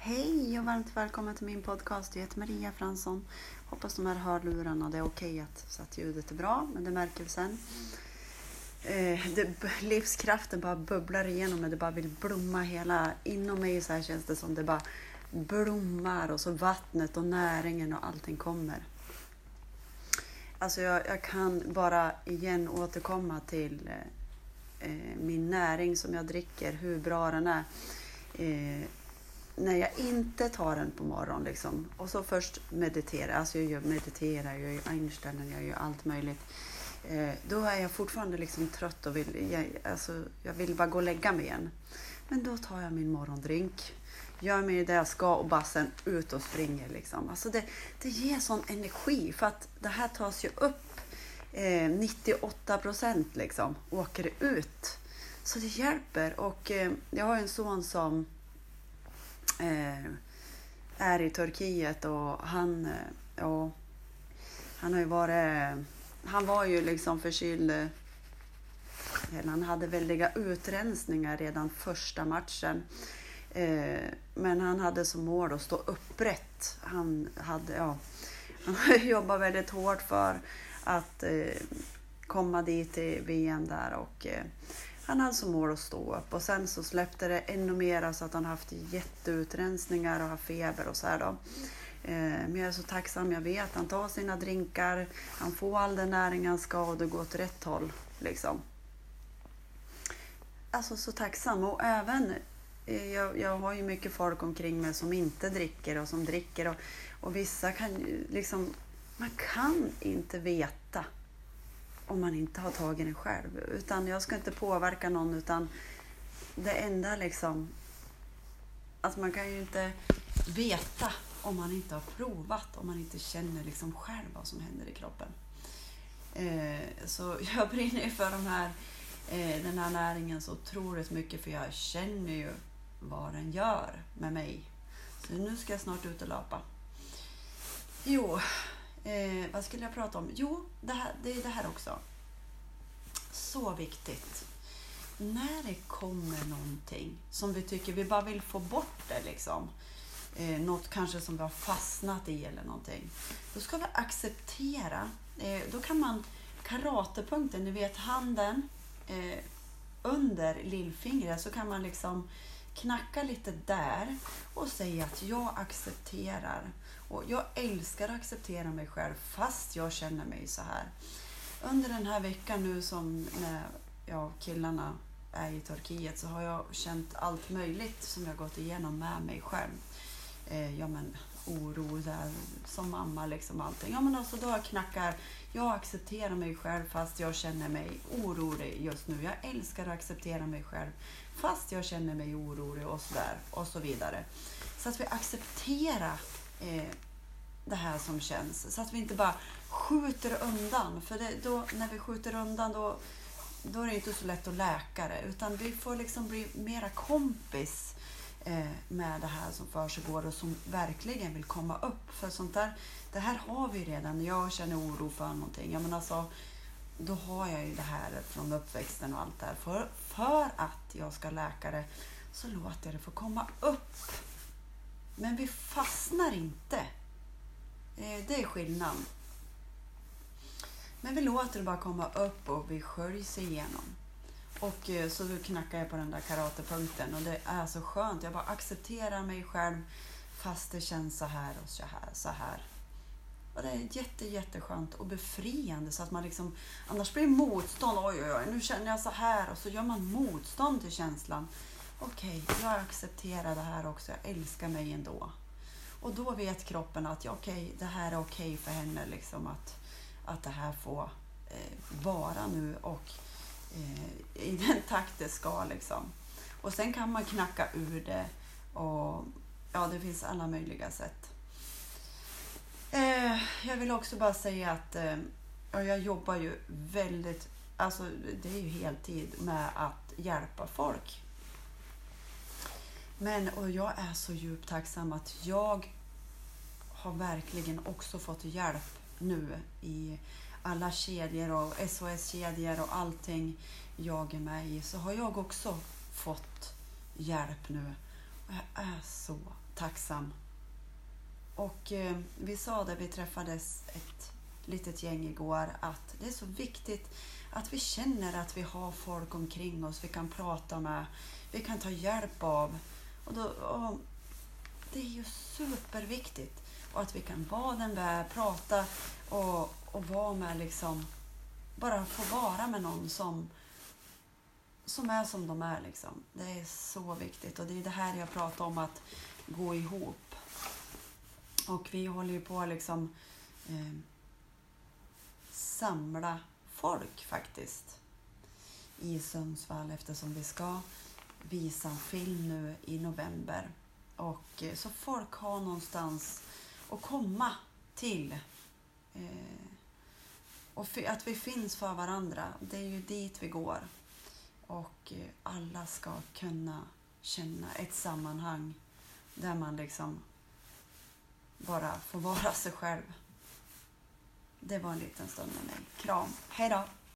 Hej och varmt välkommen till min podcast. Jag heter Maria Fransson. Hoppas de här hörlurarna, det är okej så att ljudet är bra, men det märker vi sen. Livskraften bara bubblar igenom mig. Det bara vill blomma hela inom mig. Så här känns det som det bara blommar och så vattnet och näringen och allting kommer. Alltså jag kan bara igen återkomma till min näring som jag dricker, hur bra den är. När jag inte tar den på morgonen liksom. Och så först meditera. Alltså jag mediterar, jag gör Einstein, jag gör allt möjligt. Då är jag fortfarande liksom trött och jag vill bara gå och lägga mig igen. Men då tar jag min morgondrink. Gör mig det jag ska och bara sen ut och springer liksom. Alltså det ger sån energi för att det här tas ju upp 98% liksom. Åker ut. Så det hjälper och jag har en son som är i Turkiet och han har ju varit, han var ju liksom förkyld, han hade väldiga utrensningar redan första matchen, men han hade som mål att stå upprätt. Han jobbat väldigt hårt för att komma dit till VM där och han hade som mål att stå upp och sen så släppte det ännu mer så att han haft jätteutrensningar och har feber och så här då. Men jag är så tacksam, jag vet han tar sina drinkar, han får all den näring han ska och det går åt rätt håll liksom. Alltså så tacksam och även jag har ju mycket folk omkring mig som inte dricker och som dricker och vissa kan ju liksom, man kan inte veta om man inte har tagit den själv. Utan jag ska inte påverka någon utan det enda liksom, alltså man kan ju inte veta om man inte har provat, om man inte känner liksom själv vad som händer i kroppen. Så jag brinner för den här näringen så otroligt mycket för jag känner ju vad den gör med mig. Så nu ska jag snart ut och löpa. Vad skulle jag prata om? Det är det här också. Så viktigt. När det kommer någonting som vi tycker vi bara vill få bort det liksom. Något kanske som vi har fastnat i eller någonting. Då ska vi acceptera. Då kan man karatepunkten, ni vet handen under lillfingret så kan man liksom knacka lite där och säga att jag accepterar. Och jag älskar att acceptera mig själv fast jag känner mig så här. Under den här veckan nu som när jag och killarna är i Turkiet så har jag känt allt möjligt som jag gått igenom med mig själv. Oro där som mamma liksom allting. Alltså då jag accepterar mig själv fast jag känner mig orolig just nu. Jag älskar att acceptera mig själv fast jag känner mig orolig och sådär och så vidare. Så att vi accepterar det här som känns. Så att vi inte bara skjuter undan. För när vi skjuter undan då är det inte så lätt att läka det. Utan vi får liksom bli mera kompis med det här som försiggår och som verkligen vill komma upp. För sånt där, det här har vi redan. När jag känner oro för någonting. Då har jag ju det här från uppväxten och allt där. För att jag ska läka det så låter jag det få komma upp. Men vi fastnar inte. Det är skillnaden. Men vi låter det bara komma upp och vi sköljs igenom. Och så då knackar jag på den där karatepunkten och det är så skönt. Jag bara accepterar mig själv fast det känns så här och så här. Och det är jätteskönt och befriande så att man liksom, annars blir det motstånd. Oj, nu känner jag så här och så gör man motstånd till känslan. Okej, jag accepterar det här också. Jag älskar mig ändå. Och då vet kroppen att det här är okej för henne liksom att det här får vara nu och i den takt det ska liksom. Och sen kan man knacka ur det och det finns alla möjliga sätt. Jag vill också bara säga att jag jobbar ju väldigt, alltså det är ju heltid med att hjälpa folk. Och jag är så djupt tacksam att jag har verkligen också fått hjälp nu i alla kedjor och SOS-kedjor och allting jag är med i. Så har jag också fått hjälp nu. Och jag är så tacksam. Och vi sa det, vi träffades ett litet gäng igår, att det är så viktigt att vi känner att vi har folk omkring oss vi kan prata med, vi kan ta hjälp av. Och det är ju superviktigt. Och att vi kan vara den där, prata och vara med liksom, bara få vara med någon som är som de är liksom. Det är så viktigt, och det är det här jag pratar om, att gå ihop. Och vi håller ju på liksom samla folk faktiskt i Sundsvall, eftersom vi ska visa en film nu i november. Och så folk har någonstans att komma till. Och att vi finns för varandra. Det är ju dit vi går. Och alla ska kunna känna ett sammanhang där man liksom bara får vara sig själv. Det var en liten stund med mig. Kram. Hej då!